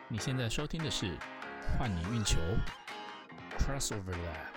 你现在收听的是换你运球 Crossover Lab。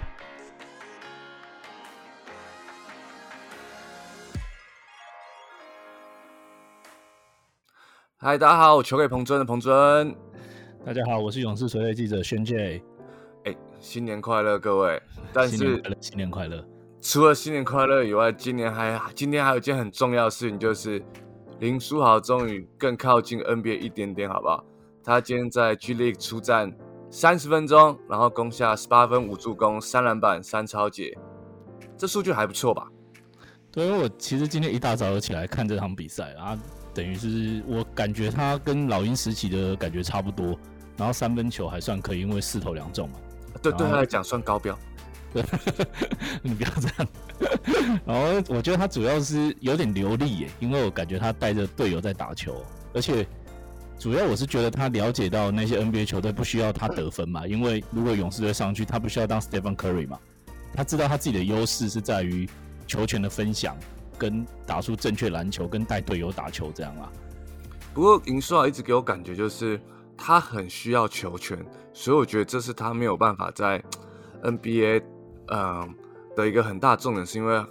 嗨，大家好，我球给彭尊的彭尊。 大家好，我是勇士随队记者轩 J。 新年快乐，各位！但是新年快乐！ 除了新年快乐以外，今天还有一件很重要的事情，就是林书豪终于更靠近 NBA 一点点，好不好？他今天在 G League 出战30分钟，然后攻下18分、5助攻、3篮板、3抄截，这数据还不错吧？ 对，因为我其实今天一大早就起来看这场比赛啊，等于是我感觉他跟老鹰时期的感觉差不多，然后三分球还算可以，因为4投2中嘛。 对他来讲算高标。 对，你不要这样。然后我觉得他主要是有点流利耶，因为我感觉他带着队友在打球，而且主要我是觉得他了解到那些 NBA 球队不需要他得分嘛，因为如果勇士队上去，他不需要当 Stephen Curry 嘛，他知道他自己的优势是在于球权的分享，跟打出正确篮球，跟带队友打球这样啦。 不过林书豪一直给我感觉就是他很需要球权，所以我觉得这是他没有办法在 NBA 的一个很大的重点，是因为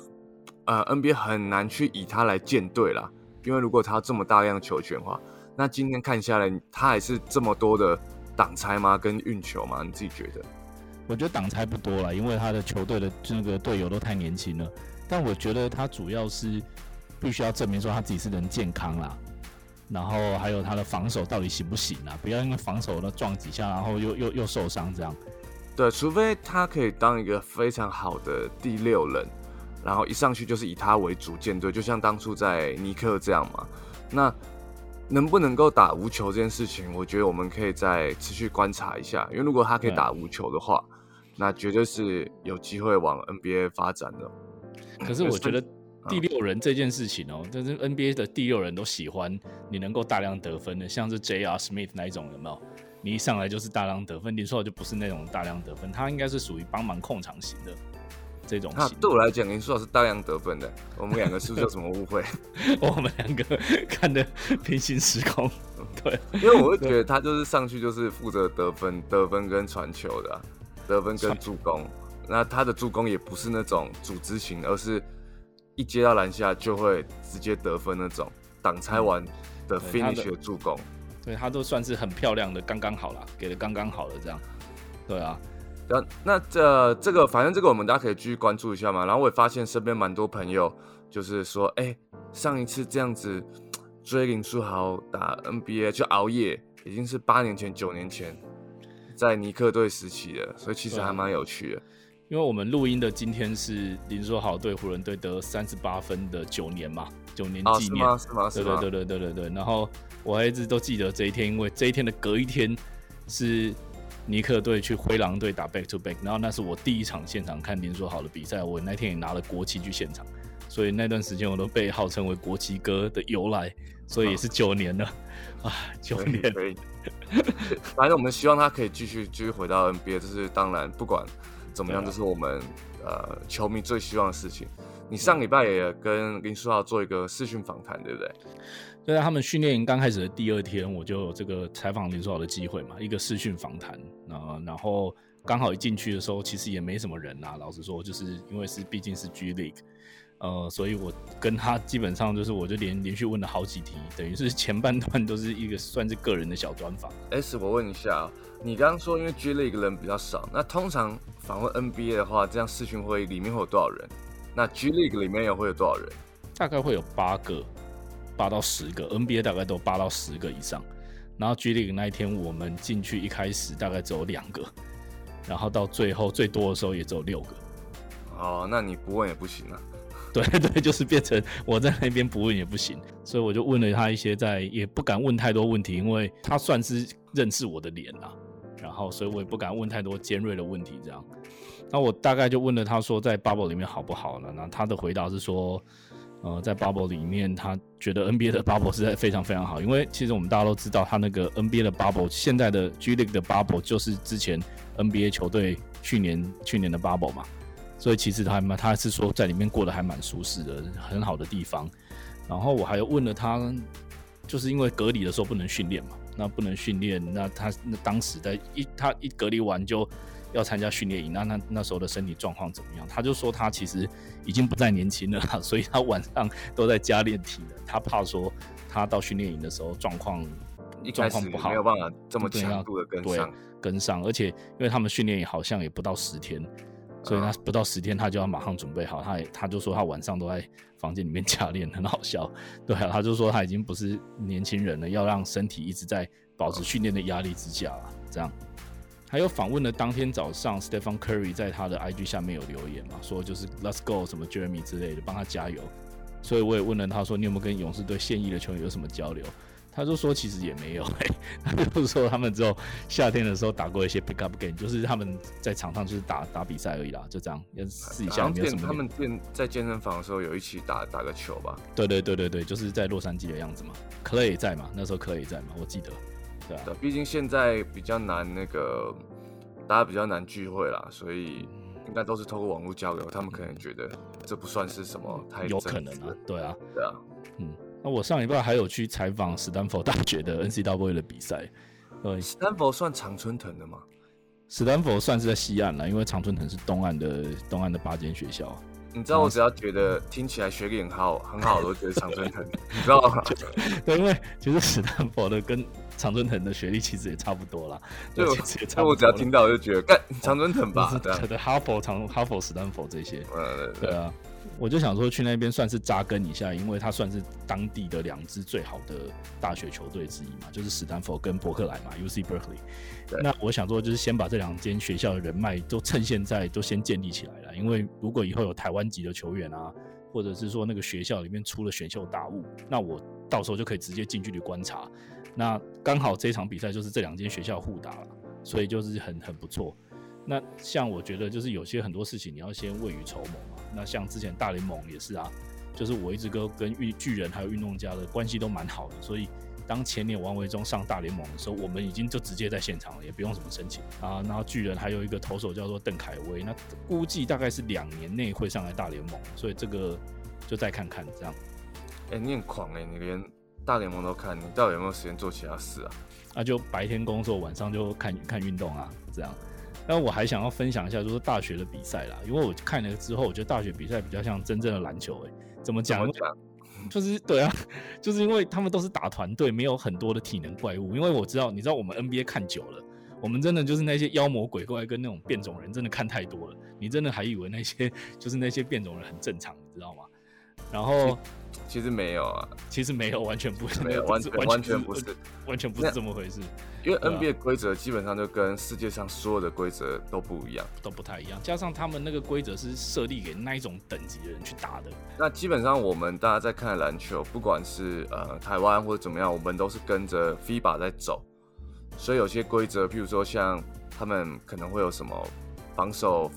NBA 很难去以他来建队啦。因为如果他这么大量球权的话，那今天看下来，他还是这么多的挡拆吗？跟运球吗？你自己觉得？ 我觉得挡拆不多啦，因为他的球队的那个队友都太年轻了。但我觉得他主要是必须要证明说他自己是人健康啦，然后还有他的防守到底行不行啊？不要因为防守呢撞几下，然后又受伤这样。 对，除非他可以当一个非常好的第6人，然后一上去就是以他为主建队，就像当初在尼克这样嘛。那能不能够打无球这件事情，我觉得我们可以再持续观察一下。因为如果他可以打无球的话，那绝对是有机会往 NBA 发展的。 可是我觉得第6人这件事情哦，就是 NBA 的第6人都喜欢你能够大量得分的，像是 J.R. Smith 那一种，有没有？你一上来就是大量得分，林书豪就不是那种大量得分，他应该是属于帮忙控场型的这种型。 对我来讲，林书豪是大量得分的，我们两个是不是有什么误会？ 我们两个看的平行时空，对， 因为我会觉得他就是上去就是负责得分跟传球的得分跟助攻。那他的助攻也不是那种组织型，而是一接到篮下就会直接得分那种挡拆完的 finish 的助攻。 对，他都算是很漂亮的，刚刚好啦，给的刚刚好的这样。对啊， 那这个反正这个我们大家可以继续关注一下嘛。然后我也发现身边蛮多朋友就是说，上一次这样子追林书豪打 NBA 就熬夜，已经是8年前、9年前，在尼克队时期了，所以其实还蛮有趣的。 因为我们录音的今天是林书豪对湖人队得38分的9年嘛，9年纪念。 是吗？ 对。然后我还一直都记得这一天，因为这一天的隔一天是尼克队去灰狼队打 back to back， 然后那是我第一场现场看林书豪的比赛，我那天也拿了国旗去现场，所以那段时间我都被号称为国旗哥的由来，所以也是9年了啊，9年。 可以。反正我们希望他可以继续回到 NBA， 这是当然不管怎么样，这是我们球迷最希望的事情。你上礼拜也跟林书豪做一个视讯访谈，对不对？ 就在他们训练营刚开始的第2天，我就有这个采访林书豪的机会嘛，一个视讯访谈然后刚好一进去的时候，其实也没什么人啊，老实说，就是因为毕竟是 G League，所以我跟他基本上就是我就连续问了好几题，等于是前半段都是一个算是个人的小专访。 我问一下，你刚刚说因为 G League 人比较少，那通常访问 NBA 的话，这样视讯会议里面会有多少人？那 G League 里面又会有多少人？ 大概会有8到10个 ，NBA 大概都8到10个以上。然后 G League 那一天我们进去一开始大概只有2个，然后到最后最多的时候也只有6个。 哦，那你不问也不行啊。 对，就是变成我在那边不问也不行，所以我就问了他一些也不敢问太多问题，因为他算是认识我的脸啦，然后所以我也不敢问太多尖锐的问题这样。那我大概就问了他说在 bubble 里面好不好呢？那他的回答是说在 bubble 里面他觉得 NBA 的 bubble 实在非常非常好，因为其实我们大家都知道他那个 NBA 的 bubble 现在的 G League 的 bubble 就是之前 NBA 球队去年的 bubble 嘛，所以其实他是说在里面过得还蛮舒适的，很好的地方。然后我还问了他，就是因为隔离的时候不能训练嘛， 那不能训练，那他当时他一隔离完就要参加训练营，那时候的身体状况怎么样？他就说他其实已经不再年轻了啦，所以他晚上都在家练体能，他怕说他到训练营的时候状况不好， 没有办法这么强度的跟上，而且因为他们训练营好像也不到10天。所以他不到10天，他就要马上准备好。他就说他晚上都在房间里面加练，很好笑。对啊，他就说他已经不是年轻人了，要让身体一直在保持训练的压力之下了。这样，还有访问的当天早上 ，Stephen Curry 在他的 IG 下面有留言嘛，说就是 Let's go 什么 Jeremy 之类的，帮他加油。所以我也问了他说，你有没有跟勇士队现役的球员有什么交流？他就说其实也没有，他就说他们只有夏天的时候打过一些 pick up game， 就是他们在场上就是打比赛而已啦，就这样，私底下没有什么。 他们在健身房的时候有一起打个球吧？ 对，就是在洛杉矶的样子嘛。Clay 也在嘛，那时候 Clay 也在嘛，我记得。对啊， 毕竟现在比较难大家比较难聚会啦，所以应该都是透过网络交流。他们可能觉得这不算是什么太有可能啊，对啊，那我上礼拜还有去采访史丹佛大学的 NCAA 的比赛。 史丹佛算常春藤的吗？ 史丹佛算是在西岸啦，因为常春藤是东岸的8间学校。 你知道我只要觉得听起来学历很好，我都觉得常春藤，你知道吗？ 对，因为其实史丹佛的跟常春藤的学历其实也差不多啦。 对，我只要听到我就觉得，干常春藤吧， 觉得哈佛、史丹佛这些，对啊。我就想说去那边算是扎根一下，因为它算是当地的2支最好的大学球队之一嘛，就是史丹佛跟伯克莱嘛 ，UC Berkeley。那我想说就是先把这2间学校的人脉都趁现在都先建立起来了，因为如果以后有台湾籍的球员啊，或者是说那个学校里面出了选秀大物，那我到时候就可以直接近距离观察。那刚好这场比赛就是这2间学校互打了，所以就是很不错。那像我觉得就是有些很多事情你要先未雨绸缪嘛。那像之前大联盟也是啊，就是我一直跟巨人还有运动家的关系都蛮好的，所以当前年王维忠上大联盟的时候，我们已经就直接在现场了，也不用什么申请啊。然后巨人还有一个投手叫做邓凯威，那估计大概是2年内会上来大联盟，所以这个就再看看这样。 你很狂你连大联盟都看，你到底有没有时间做其他事啊？ 那就白天工作，晚上就看运动啊，这样。那我还想要分享一下，就是大学的比赛啦，因为我看了之后，我觉得大学比赛比较像真正的篮球，怎么讲？就是对啊，就是因为他们都是打团队，没有很多的体能怪物。因为你知道我们 NBA 看久了，我们真的就是那些妖魔鬼怪跟那种变种人，真的看太多了，你真的还以为那些变种人很正常，你知道吗？然后其实没有啊， 其实没有，完全不是， 没有，完全不是， 完全不是这么回事。 因为 NBA 规则基本上就跟世界上所有的规则都不一样， 都不太一样。加上他们那个规则是设立给那一种等级的人去打的。 那基本上我们大家在看篮球，不管是台湾或者怎么样，我们都是跟着 FIBA 在走。所以有些规则，譬如说像他们可能会有什么防守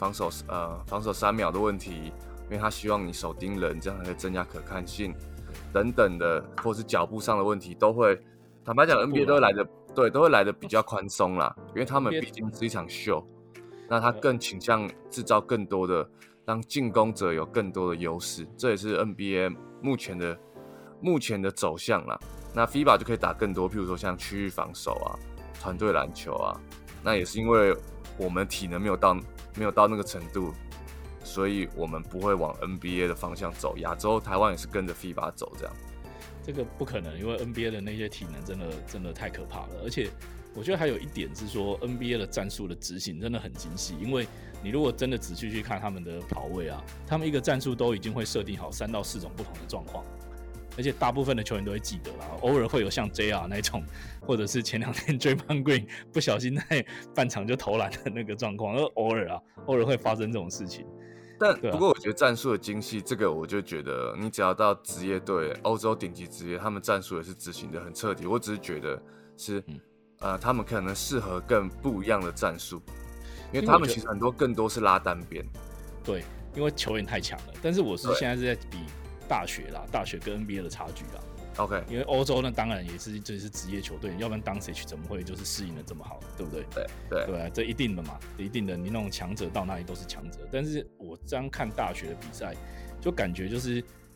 3秒的问题，因为他希望你手盯人，这样才可以增加可看性等等的，或是脚步上的问题，都会坦白讲 NBA 都会来的比较宽松啦，因为他们毕竟是一场秀，那他更倾向制造更多的让进攻者有更多的优势，这也是 NBA 目前的走向啦。那 FIBA 就可以打更多，譬如说像区域防守啊、团队篮球啊，那也是因为我们体能没有到那个程度，所以我们不会往 NBA 的方向走。亚洲台湾也是跟着 FIBA 走这样。 这个不可能，因为 NBA 的那些体能真的太可怕了，而且我觉得还有一点是说 NBA 的战术的执行真的很精细，因为你如果真的仔细去看他们的跑位啊，他们一个战术都已经会设定好3到4种不同的状况，而且大部分的球员都会记得啦，偶尔会有像 JR 那种，或者是前2天 Draymond Green 不小心在半场就投篮的那个状况，偶尔会发生这种事情。 但不过我觉得战术的精细，这个我就觉得你只要到职业队，欧洲顶级职业，他们战术也是执行的很彻底。我只是觉得是，他们可能适合更不一样的战术，因为他们其实更多是拉单边。 对，因为球员太强了。但是我是现在是在比大学跟 NBA 的差距啦。 OK， 因为欧洲呢，当然也是就是职业球队，要不然当谁怎么会就是适应的这么好，对不对？对啊，这一定的嘛，一定的，你那种强者到哪里都是强者。但是我这样看大学的比赛，就感觉就是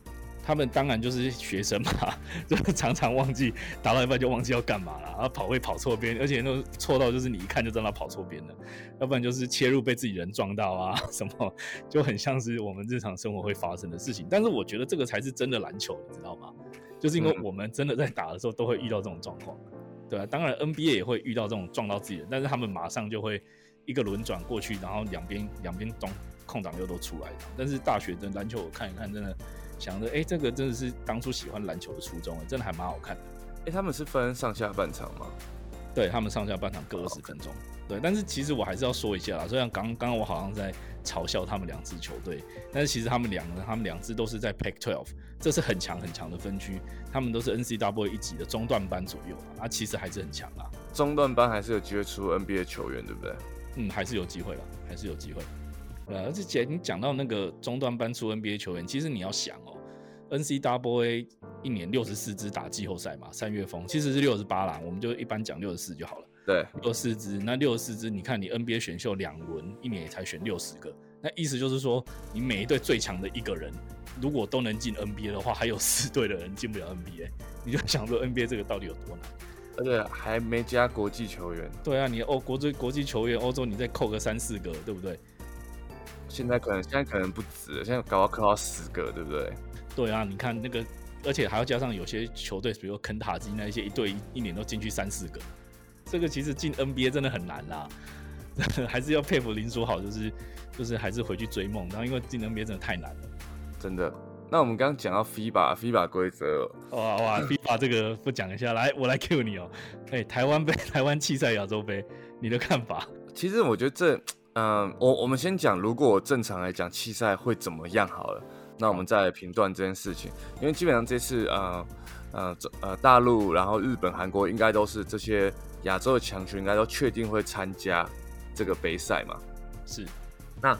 他们当然就是学生嘛，就是常常忘记打到一半就忘记要干嘛了，然后会跑错边，而且那错到就是你一看就知道他跑错边了，要不然就是切入被自己人撞到啊什么，就很像是我们日常生活会发生的事情。但是我觉得这个才是真的篮球，你知道吗？就是因为我们真的在打的时候都会遇到这种状况，对啊，当然 NBA 也会遇到这种撞到自己人，但是他们马上就会一个轮转过去，然后两边空档又都出来。但是大学的篮球我看一看，真的想着，这个真的是当初喜欢篮球的初衷，真的还蛮好看的。 他们是分上下半场吗？ 对，他们上下半场各20分钟。对，但是其实我还是要说一下啦，虽然刚刚我好像在嘲笑他们2支球队，但是其实他们两支都是在 Pac-12， 这是很强很强的分区，他们都是 NCAA 一级的中段班左右啊，其实还是很强啊。 中段班还是有机会出 NBA 球员，对不对？ 还是有机会啦，还是有机会。而且你讲到那个中段班出 NBA 球员，其实你要想NCAA 一年64支打季后赛嘛，3月风其实是68啦，我们就一般讲64就好了。 对 ，64支，那64支，你看你 NBA 选秀2轮，一年也才选60个，那意思就是说，你每一队最强的一个人，如果都能进 NBA 的话，还有4队的人进不了 NBA， 你就想说 NBA 这个到底有多难？ 而且还没加国际球员。 对啊，你国际球员，欧洲你再扣个3-4个，对不对？ 现在可能不止了，现在搞到扣到10个，对不对？ 对啊，你看那个，而且还要加上有些球队，比如肯塔基那一些，一队一年都进去3-4个，这个其实进 NBA 真的很难啦，还是要佩服林书豪，就是还是回去追梦，然后因为进 NBA 真的太难了， 真的。那我们刚刚讲到 FIBA 规则， 哇 FIBA 这个不讲一下，来我来 cue 你台湾杯、台湾气赛亚洲杯，你的看法？ 其实我觉得我们先讲，如果正常来讲气赛会怎么样好了，那我们再来评断这件事情。因为基本上这次大陆，然后日本、韩国应该都是这些亚洲的强权，应该都确定会参加这个杯赛嘛。 是。 那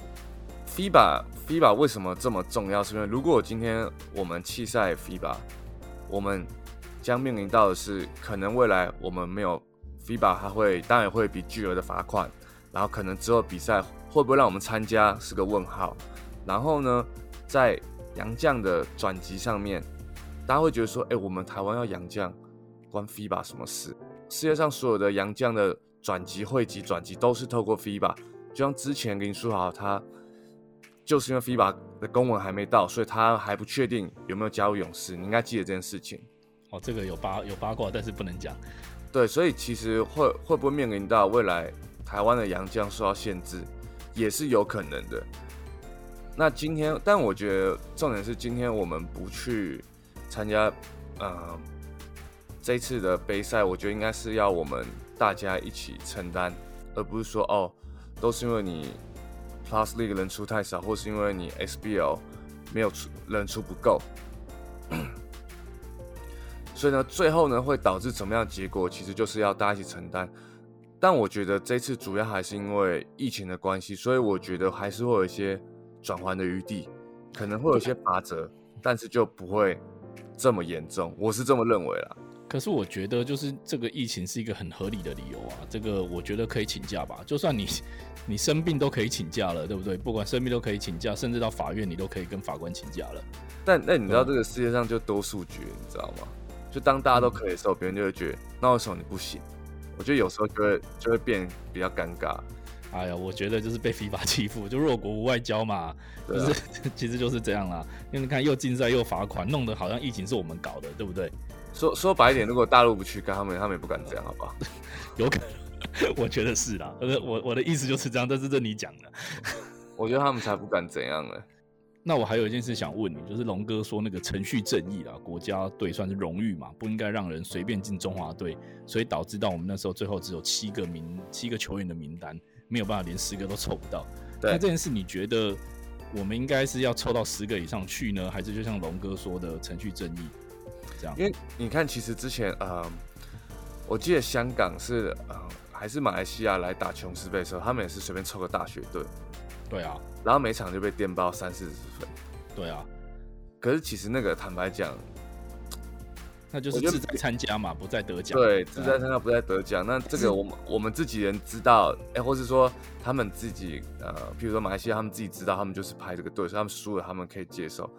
FIBA 为什么这么重要？是因为如果今天我们弃赛 FIBA， 我们将面临到的是，可能未来我们没有 FIBA， 它当然会比巨额的罚款，然后可能之后比赛会不会让我们参加是个问号。然后呢，在洋将的转籍上面，大家会觉得说，我们台湾要洋将，关 FIBA 什么事？世界上所有的洋将的转籍、汇集、转籍都是透过 FIBA， 就像之前林书豪他。就是因为 FIBA 的公文还没到，所以他还不确定有没有加入勇士。你应该记得这件事情。 这个有八卦，但是不能讲。 对，所以其实会不会面临到未来台湾的洋将受到限制，也是有可能的。那今天，但我觉得重点是今天我们不去参加这一次的杯赛，我觉得应该是要我们大家一起承担，而不是说都是因为你。Plus League 人出太少，或是因为你 SBL 没有人出不够，所以呢，最后呢会导致怎么样的结果，其实就是要大家一起承担。但我觉得这次主要还是因为疫情的关系，所以我觉得还是会有一些转圜的余地，可能会有一些罚则，但是就不会这么严重，我是这么认为啦。 可是我觉得就是这个疫情是一个很合理的理由啊，这个我觉得可以请假吧，就算你生病都可以请假了，对不对？不管生病都可以请假，甚至到法院你都可以跟法官请假了。 但你知道这个世界上就多数决，你知道吗？就当大家都可以的时候，别人就会觉得那为什么你不行？我觉得有时候就会变比较尴尬。 哎呀，我觉得就是被 FIBA 欺负，就弱国无外交嘛，就是其实就是这样啦。因为你看又禁赛又罚款，弄得好像疫情是我们搞的，对不对？ 说白一点，如果大陆不去干，他们也不敢这样，好不好？ 有可能，我觉得是啦。我的意思就是这样，但是这你讲的， 我觉得他们才不敢怎样呢。 那我还有一件事想问你，就是龙哥说那个程序正义啦，国家队算是荣誉嘛，不应该让人随便进中华队，所以导致到我们那时候最后只有7个球员的名单，没有办法连10个都凑不到。那这件事你觉得我们应该是要凑到10个以上去呢，还是就像龙哥说的程序正义这样？ 因为你看，其实之前我记得香港是还是马来西亚来打琼斯杯的时候，他们也是随便凑个大学队。 对啊， 然后每场就被电爆30-40分。 对啊， 可是其实那个坦白讲， 那就是志在参加嘛，不在得奖。 对，志在参加不在得奖。那这个我们自己人知道，或是说他们自己譬如说马来西亚他们自己知道，他们就是排这个队，所以他们输了他们可以接受。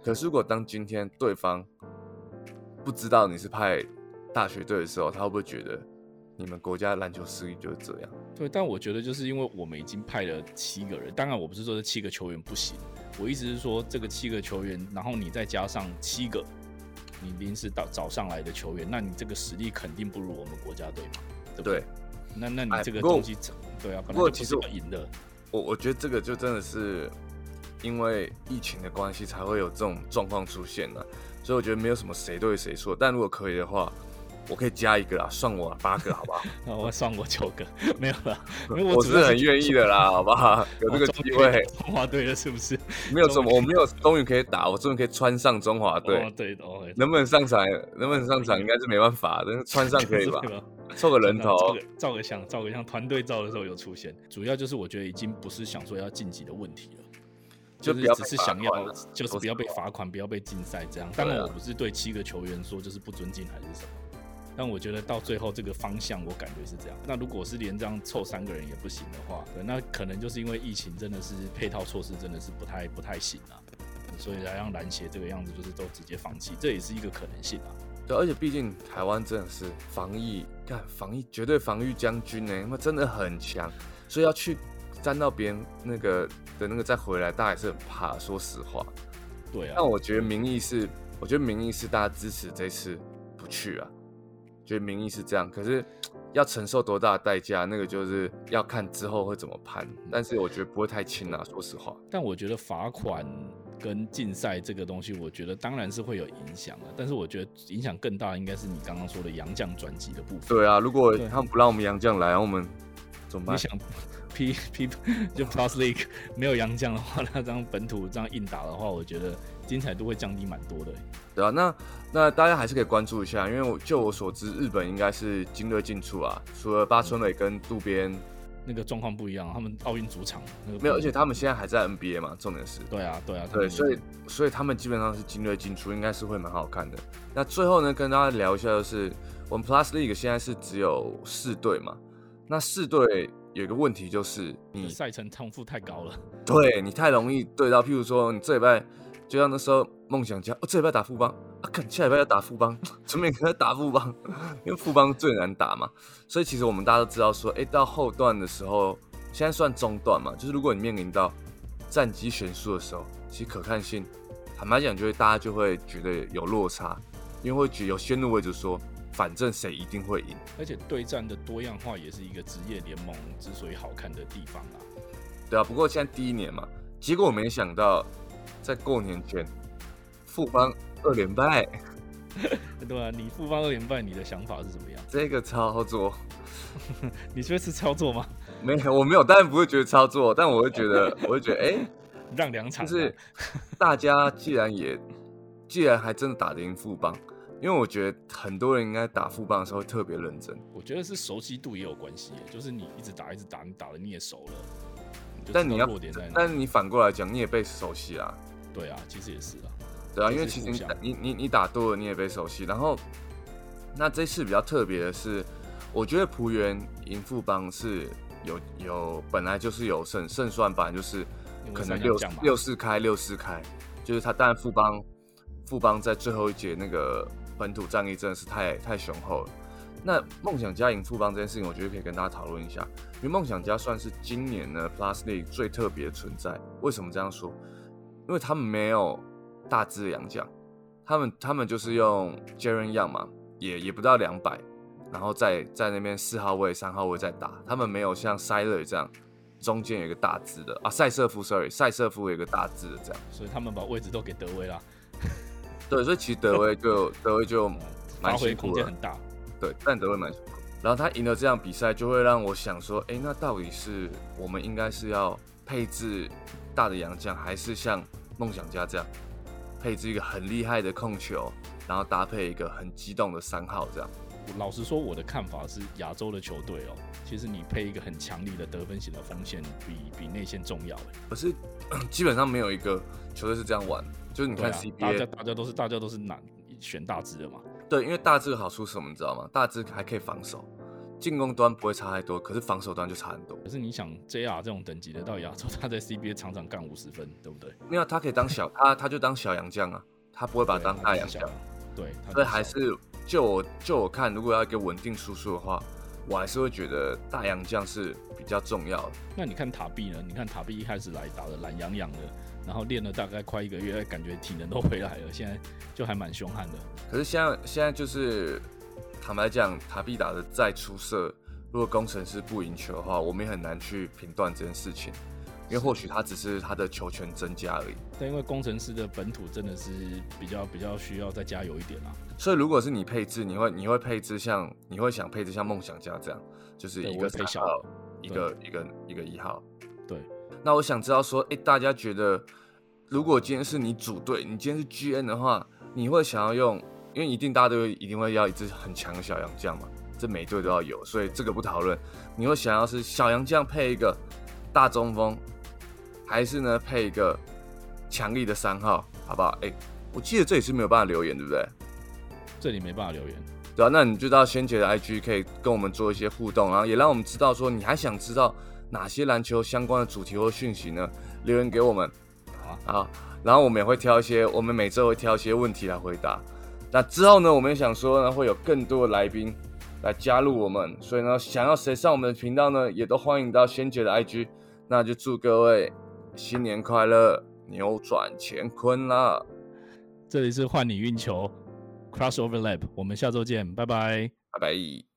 可是如果当今天对方不知道你是派大学队的时候，他会不会觉得你们国家篮球实力就是这样？ 对，但我觉得就是因为我们已经派了7个人，当然我不是说这7个球员不行，我意思是说这个7个球员，然后你再加上7个你临时找上来的球员，那你这个实力肯定不如我们国家队嘛，对不对？那你这个东西，对啊，本来就不是要赢的。 我觉得这个就真的是因为疫情的关系才会有这种状况出现的，所以我觉得没有什么谁对谁错，但如果可以的话，我可以加1个啦，算我8个，好不好？ 我算我9个，没有啦， 我是很愿意的啦，好不好？有这个机会， 中华队了是不是？ 没有什么，我没有终于可以打，我终于可以穿上中华队。 对， 能不能上场？应该是没办法，但是穿上可以吧？凑个人头， 照个相，团队照的时候有出现。主要就是我觉得已经不是想说要晋级的问题了。就是只是想要，就是不要被罚款，不要被禁赛这样。当然，我不是对7个球员说就是不尊敬还是什么，但我觉得到最后这个方向，我感觉是这样。那如果是连这样凑3个人也不行的话，对，那可能就是因为疫情真的是配套措施真的是不太行啊，所以才让篮协这个样子就是都直接放弃，这也是一个可能性啊。 对，而且毕竟台湾真的是防疫绝对防御将军呢，那真的很强，所以要去沾到别人那个再回来，大家还是很怕。说实话， 对啊。 但我觉得民意是大家支持这次不去啊，觉得民意是这样。可是要承受多大的代价，那个就是要看之后会怎么判。但是我觉得不会太轻啊，说实话。 但我觉得罚款跟禁赛这个东西，我觉得当然是会有影响的。但是我觉得影响更大的应该是你刚刚说的洋将转籍的部分。 对啊，如果他们不让我们洋将来，我们怎么办？ 你想就 Plus League 没有洋将的话，那这样本土这样硬打的话，我觉得精彩度会降低蛮多的。 对啊，那大家还是可以关注一下，因为就我所知，日本应该是精锐进出啊，除了八村垒跟渡边那个状况不一样，他们奥运主场、 没有，而且他们现在还在 NBA 嘛，重点是。 对啊， 对，所以他们基本上是精锐进出，应该是会蛮好看的。那最后呢，跟大家聊一下，就是我们 Plus League 现在是只有4队嘛，那4队有一个问题就是你赛程重复太高了， 对你太容易对到，譬如说你这礼拜就像那时候梦想家，这礼拜打富邦啊，下礼拜要打富邦，准备可能打富邦，因为富邦最难打嘛，所以其实我们大家都知道说，到后段的时候，现在算中段嘛，就是如果你面临到战绩悬殊的时候，其实可看性坦白讲，大家就会觉得有落差，因为会觉得有先入为主说。反正谁一定会赢， 而且对战的多样化也是一个职业联盟之所以好看的地方啊。 对啊，不过现在第1年嘛，结果我没想到，在过年前，富邦2连败。 对啊，你富邦2连败，你的想法是怎么样？ 这个操作， 你觉得是操作吗？ 没有，我没有，当然不会觉得操作，但我会觉得， 让2场， 就是大家既然还真的打得赢富邦。因为我觉得很多人应该打富邦的时候会特别认真， 我觉得是熟悉度也有关系，就是你一直打，你打了你也熟了， 但你要弱点在哪？ 但你反过来讲，你也被熟悉啦。 对啊，其实也是啊。 对啊，因为其实你打多了，你也被熟悉。然后，那这次比较特别的是，我觉得璞园赢富邦是有本来就是有胜算本来就是可能6-4开，就是他当然富邦在最后一节那个本土战力真的是太雄厚了。那梦想家赢富邦这件事情，我觉得可以跟大家讨论一下，因为梦想家算是今年呢 Plus League 最特別的存在。为什么这样说？因为他们没有大只的洋将，他们就是用 Jaren Young 嘛，也不到200，然后在那边4号位、3号位在打。他们没有像 Siler 这样中间有一个大只的啊，赛瑟夫有一个大只的这样， 所以他们把位置都给德威啦。 对，所以其实德威就蛮辛苦的， 发挥空间很大。 对，但德威蛮辛苦。然后他赢了这样比赛，就会让我想说，那到底是我们应该是要配置大的洋将，还是像梦想家这样配置一个很厉害的控球，然后搭配一个很激动的3号这样？ 老实说，我的看法是，亚洲的球队其实你配一个很强力的得分型的锋线，比内线重要。 可是基本上没有一个球队是这样玩。就是你看 CBA， 大家都是选大只的嘛。 对，因为大只的好处是什么，你知道吗？大只还可以防守。 进攻端不会差太多，可是防守端就差很多。 可是你想 JR 这种等级的到亚洲，他在 CBA 场场干50分，对不对？ 没有，他可以当他就当小洋将啊，他不会把他当大洋将。 对， 所以还是就我看，如果要一个稳定输出的话，我还是会觉得大洋将是比较重要的。 那你看塔碧呢？你看塔碧一开始来打的懒洋洋的，然后练了大概快1个月，感觉体能都回来了，现在就还蛮凶悍的。 可是现在就是坦白讲，塔碧打的再出色，如果工程师不赢球的话，我们也很难去评断这件事情，因为或许他只是他的球权增加而已。 但因为工程师的本土真的是比较需要再加油一点啊。 所以如果是你配置，你会配置你会想配置像梦想家这样，就是一个3号，一个1号。 对。 那我想知道说，大家觉得，如果今天是你组队，你今天是 GM 的话，你会想要用？因为大家都一定会要一支很强的小洋将嘛，这每队都要有，所以这个不讨论。你会想要是小洋将配一个大中锋，还是呢配一个强力的3号，好不好？我记得这里是没有办法留言，对不对？ 这里没办法留言。 对啊，那你就到仙姐的 IG 可以跟我们做一些互动，然后也让我们知道说你还想知道哪些篮球相关的主题或讯息呢？留言给我们啊，然后我们也会我们每周会挑一些问题来回答。那之后呢，我们也想说呢，会有更多的来宾来加入我们，所以呢，想要谁上我们的频道呢，也都欢迎到仙姐的 IG。那就祝各位新年快乐，扭转乾坤啦！ 这里是换你运球 Crossover Lab， 我们下周见，拜拜， 拜拜。